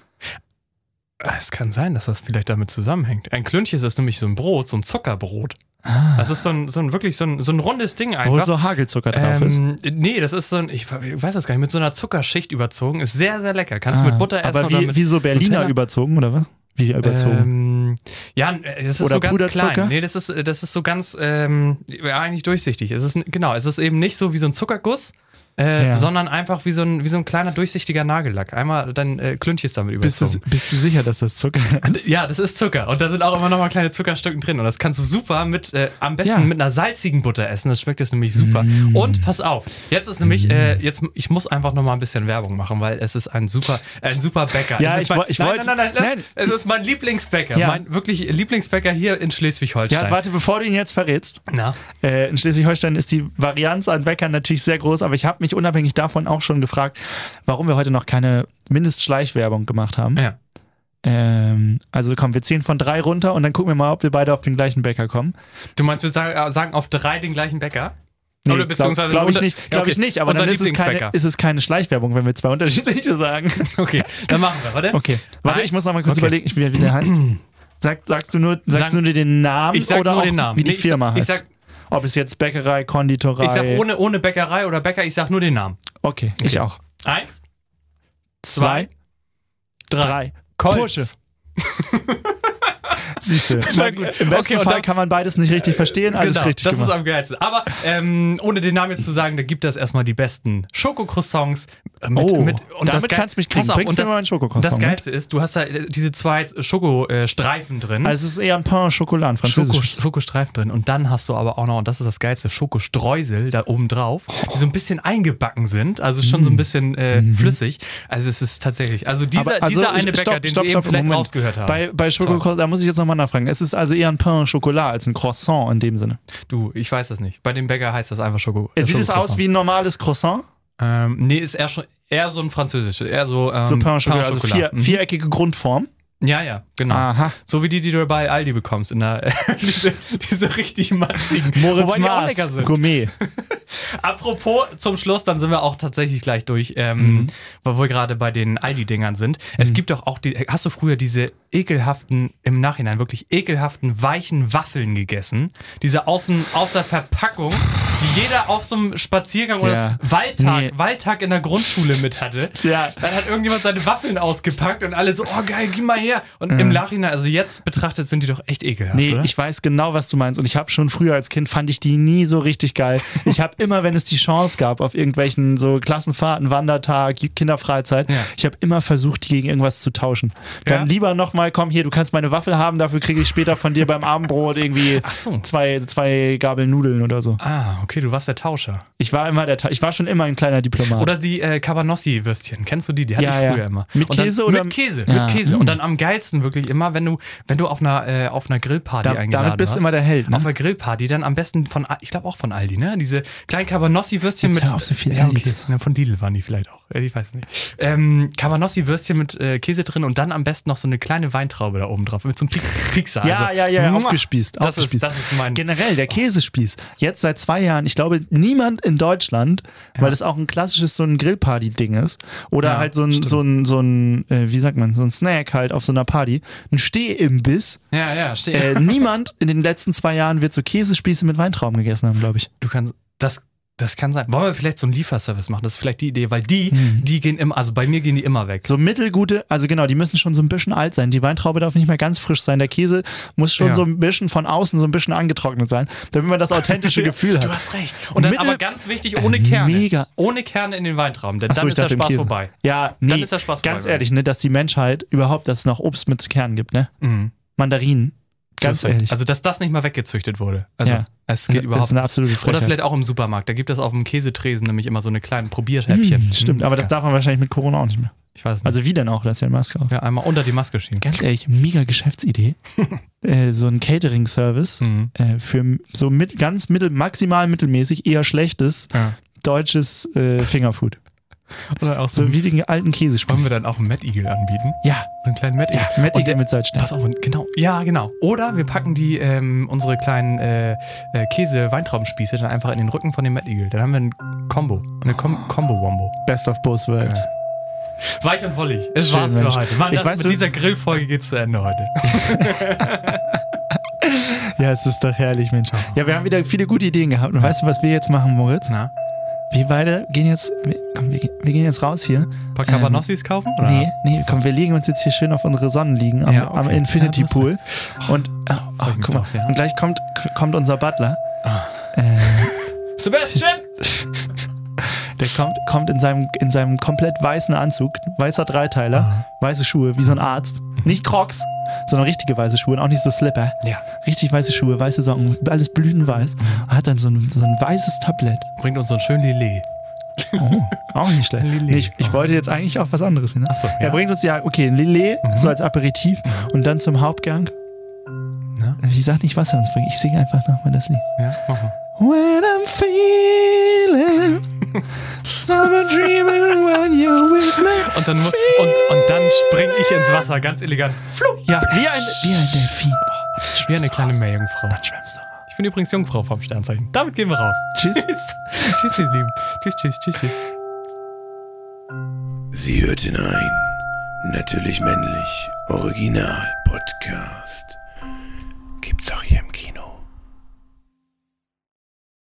Es kann sein, dass das vielleicht damit zusammenhängt. Ein Klünches ist nämlich so ein Brot, so ein Zuckerbrot. Ah. Das ist so ein, so ein wirklich so ein, so ein rundes Ding einfach. Wo so Hagelzucker drauf ist. Ähm, nee, das ist so ein, ich weiß das gar nicht, mit so einer Zuckerschicht überzogen. Ist sehr, sehr lecker. Kannst du Ah, mit Butter essen aber oder wie, mit wie so Berliner Nutella? überzogen, oder was? Wie überzogen? Ähm, ja, es ist Oder so ganz Puderzucker? klein. Nee, das ist, das ist so ganz, ähm, ja, eigentlich durchsichtig. Es ist, genau, es ist eben nicht so wie so ein Zuckerguss, äh, Ja. sondern einfach wie so, ein, wie so ein kleiner durchsichtiger Nagellack. Einmal dann äh, Klünches damit bist, du, überzogen. bist du sicher, dass das Zucker ist? Ja, das ist Zucker. Und da sind auch immer noch mal kleine Zuckerstücken drin. Und das kannst du super mit, äh, am besten Ja. mit einer salzigen Butter essen. Das schmeckt jetzt nämlich super. Mm. Und pass auf, jetzt ist nämlich, äh, jetzt, ich muss einfach noch mal ein bisschen Werbung machen, weil es ist ein super, ein super Bäcker. Ja, es ist ich mein, woll- ich nein, wollte- nein, nein, nein, nein. Es ist mein Lieblingsbäcker. Ja. Mein wirklich Lieblingsbäcker hier in Schleswig-Holstein. Ja, warte, bevor du ihn jetzt verrätst. Na? Äh, in Schleswig-Holstein ist die Varianz an Bäckern natürlich sehr groß, aber ich habe mich unabhängig davon auch schon gefragt, warum wir heute noch keine Mindestschleichwerbung gemacht haben. Ja. Ähm, also komm, wir ziehen von drei runter und dann gucken wir mal, ob wir beide auf den gleichen Bäcker kommen. Du meinst, wir sagen, äh, sagen auf drei den gleichen Bäcker? Nee, Oder beziehungsweise glaube ich unter- nicht, Ja, glaube okay. ich nicht, aber Unser dann ist es, keine, Lieblingsbäcker. ist es keine Schleichwerbung, wenn wir zwei unterschiedliche sagen. Okay, dann machen wir, warte. Okay, warte, Nein? ich muss noch mal kurz Okay. überlegen, wie, wie der heißt. Sag, sagst du nur, sagst Sag- du nur den Namen Ich sag oder nur auch den Namen. wie die Nee, ich Firma sag, ich heißt? sag, Ob es jetzt Bäckerei, Konditorei... ich sag ohne, ohne Bäckerei oder Bäcker, ich sag nur den Namen. Okay, ich Okay. auch. Eins, Zwei, drei, drei. Kolz. Porsche. Siehst du. Man, Im besten Okay, und Fall dann- kann man beides nicht richtig verstehen, alles Genau, richtig das gemacht. ist am geilsten. Aber ähm, ohne den Namen jetzt zu sagen, da gibt es erstmal die besten Schokocroissants. Mit, Oh, mit, und damit das Geil- kannst du mich kriegen. Pass auf, Bringst und mir das, mal einen Schokocroissant Das mit? Geilste ist, du hast da äh, diese zwei Schokostreifen drin. Also es ist eher ein Pain au Chocolat, ein Schoko, französisches. Schokostreifen drin. Und dann hast du aber auch noch, und das ist das Geilste, Schokostreusel da oben drauf, die so ein bisschen eingebacken sind. Also schon so ein bisschen äh, flüssig. Also es ist tatsächlich, also dieser, Aber, also, dieser eine stopp, Bäcker, den stopp, wir stopp, eben vielleicht Moment. rausgehört haben. Bei, bei Schokocroissant, da muss ich jetzt nochmal nachfragen. Es ist also eher ein Pain au Chocolat als ein Croissant in dem Sinne. Du, ich weiß das nicht. Bei dem Bäcker heißt das einfach Schoko. Sieht es Schokocroissant. aus wie ein normales Croissant? Ähm, nee, ist eher schon eher so ein französisches, eher so ähm, So Pain au Chocolat, Pain au also Chocolat. vier, Mhm. viereckige Grundform. Ja, ja, genau. Aha. So wie die, die du bei Aldi bekommst, in der, diese, diese richtig matschigen. Moritz Wobei die auch Maas, lecker sind. Gourmet. Apropos zum Schluss, dann sind wir auch tatsächlich gleich durch, ähm, Mhm. weil wir gerade bei den Aldi-Dingern sind. Es gibt doch auch, die, hast du früher diese ekelhaften, im Nachhinein wirklich ekelhaften, weichen Waffeln gegessen? Diese außen, aus der Verpackung, die jeder auf so einem Spaziergang Ja. oder Waldtag, Nee. Waldtag in der Grundschule mit hatte. Ja. Dann hat irgendjemand seine Waffeln ausgepackt und alle so, oh geil, gib mal her. Und im Nachhinein, also jetzt betrachtet, sind die doch echt ekelhaft, Nee, oder? ich weiß genau, was du meinst. Und ich habe schon früher als Kind, fand ich die nie so richtig geil. Ich habe immer, wenn es die Chance gab, auf irgendwelchen so Klassenfahrten, Wandertag, Kinderfreizeit, Ja. ich habe immer versucht, die gegen irgendwas zu tauschen. Dann Ja? lieber nochmal, komm hier, du kannst meine Waffel haben, dafür kriege ich später von dir beim Abendbrot irgendwie Ach so. zwei, zwei Gabeln Nudeln oder so. Ah, okay, du warst der Tauscher. Ich war immer der, Ta- ich war schon immer ein kleiner Diplomat. Oder die äh, Cabanossi-Würstchen, kennst du die? Die hatte Ja, ich ja. früher immer. Mit Und dann, Käse oder- Mit Käse, Ja. mit Käse. Mm. Und dann am geilsten wirklich immer, wenn du, wenn du auf einer, äh, auf einer Grillparty Da- eingeladen damit bist du warst. immer der Held, ne? Auf einer Grillparty, dann am besten von, ich glaube auch von Aldi, ne? Diese kleinen Cabanossi-Würstchen Jetzt mit... hör auf, so viel ja, Aldi okay. zu sagen. Ja, von Lidl waren die vielleicht auch. Äh, Ich weiß nicht. Ähm, Cabanossi-Würstchen mit äh, Käse drin und dann am besten noch so eine kleine Weintraube da oben drauf. Mit so einem Pix Pixar. Ja, also, ja, ja, muah. aufgespießt. Das ist, aufgespießt. das ist mein... Generell, der Käsespieß. Jetzt seit zwei Jahren, ich glaube, niemand in Deutschland, weil das auch ein klassisches so ein Grillparty-Ding ist, oder Ja, halt so ein, stimmt. so ein, so ein äh, wie sagt man, so ein Snack halt auf so einer Party, ein Stehimbiss. Ja, ja, steht. Äh, niemand in den letzten zwei Jahren wird so Käsespieße mit Weintrauben gegessen haben, glaube ich. Du kannst, das, das kann sein. Wollen wir vielleicht so einen Lieferservice machen? Das ist vielleicht die Idee, weil die, Hm. die gehen immer, also bei mir gehen die immer weg. So mittelgute, also genau, die müssen schon so ein bisschen alt sein. Die Weintraube darf nicht mehr ganz frisch sein. Der Käse muss schon Ja. so ein bisschen von außen so ein bisschen angetrocknet sein, damit man das authentische Gefühl hat. Du hast recht. Und dann Mittel- aber ganz wichtig, ohne Kerne. Mega. Ohne Kerne in den Weintrauben, denn Ach so, dann ich ist der dachte im Spaß Käse. vorbei. Ja, nee, Dann ist der Spaß ganz vorbei. ehrlich, ne, dass die Menschheit überhaupt, dass es noch Obst mit Kernen gibt, ne? Mhm. Mandarinen, ganz Du hast recht. ehrlich. Also, dass das nicht mal weggezüchtet wurde. Also, Ja. es geht das überhaupt ist eine absolute Oder Frechheit. vielleicht auch im Supermarkt. Da gibt es auf dem Käsetresen nämlich immer so eine kleinen Probierhäppchen. Hm, stimmt, Mhm, aber das ja. darf man wahrscheinlich mit Corona auch nicht mehr. Ich weiß nicht. Also wie denn auch, das ist ja eine Maske auf. ja, einmal unter die Maske schieben. Ganz ehrlich, mega Geschäftsidee. äh, so ein Catering-Service Mhm. äh, für so mit, ganz mittel, maximal mittelmäßig, eher schlechtes Ja. deutsches äh, Fingerfood. Oder auch so. So wie den alten Wollen Käsespieß. wir dann auch einen Mad Eagle anbieten? Ja, So einen kleinen Mad Eagle. ja, Matt Und der- mit Salzstein. Pass auf, und genau. Ja, genau. Oder wir packen die, ähm, unsere kleinen äh, äh, Käse-Weintraubenspieße dann einfach in den Rücken von dem Mad Eagle. Dann haben wir ein Combo. Eine Com Combo-Wombo. Best of both worlds. Weich und wollig. Es Schön, war's Mensch. für heute. Mann, Ich das weiß, mit du- dieser Grillfolge geht's zu Ende heute. Ja, es ist doch herrlich, Mensch. Ja, wir haben wieder viele gute Ideen gehabt. Und weißt du, was wir jetzt machen, Moritz? Na, Wir beide gehen jetzt, wir, komm, wir, gehen- wir gehen jetzt raus hier. ein paar Cabanossis kaufen? Oder? Nee, nee, komm, wir legen uns jetzt hier schön auf unsere Sonnenliegen am, Ja, okay. am Infinity Ja, du hast Pool. Und, ah, ah, freu mich guck mal, drauf, ja. und gleich kommt, kommt unser Butler. Äh, Sebastian! der kommt, kommt in seinem, in seinem komplett weißen Anzug, weißer Dreiteiler, weiße Schuhe, wie so ein Arzt. Nicht Crocs, sondern richtige weiße Schuhe und auch nicht so Slipper. Ja. Richtig weiße Schuhe, weiße Socken, alles blütenweiß. Und hat dann so ein, so ein weißes Tablett. Bringt uns so ein schön Lillet. Oh, auch nicht schlecht. Lillet. Nee, ich, ich wollte jetzt eigentlich auf was anderes hin. Ne? Ach so, Er ja. bringt uns ja, okay, ein Lillet, Mhm. so als Aperitif und dann zum Hauptgang. Ja. Ich sag nicht, was er uns bringt. Ich singe einfach nochmal das Lied. Ja, mach mal. When I'm feeling summer dreaming when you're with me. Und dann, mu- und, und dann spring ich ins Wasser, ganz elegant. Flupp. Ja, wie ein, wie ein Delfin. Oh, Wie eine kleine Meerjungfrau. Dann schwimmst du. Ich bin übrigens Jungfrau vom Sternzeichen. Damit gehen wir raus. Tschüss. Tschüss, tschüss, Lieben. Tschüss, tschüss, tschüss, tschüss. Sie hörten ein Natürlich Männlich Original Podcast. Gibt's auch hier im Kino.